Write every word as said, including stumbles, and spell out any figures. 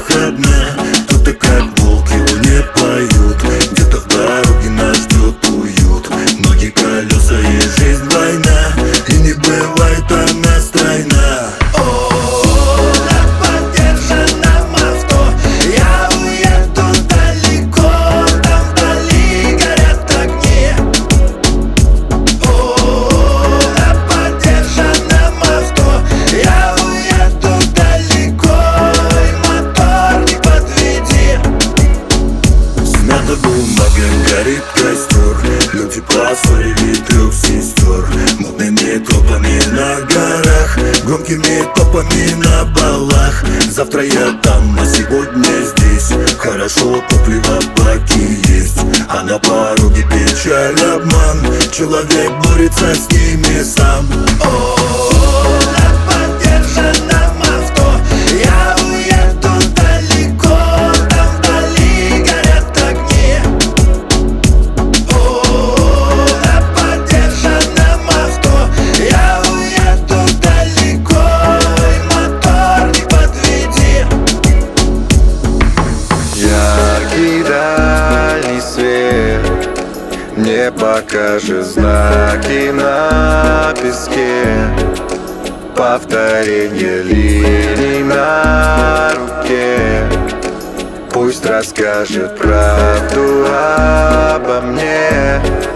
улицах одна. Кто-то как волк, его не поют. Где-то в дороге нас ждет уют. Ноги колеса и жизнь война, и не бывает она стройна. Горит костер, люди поссорили трех сестер. Мутными тропами на горах, громкими топами на балах. Завтра я там, а сегодня здесь. Хорошо, топливо в баке есть, а на пороге печаль, обман. Человек борется с ними сам. Дальний свет мне покажет знаки на песке, повторение линий на руке. Пусть расскажет правду обо мне.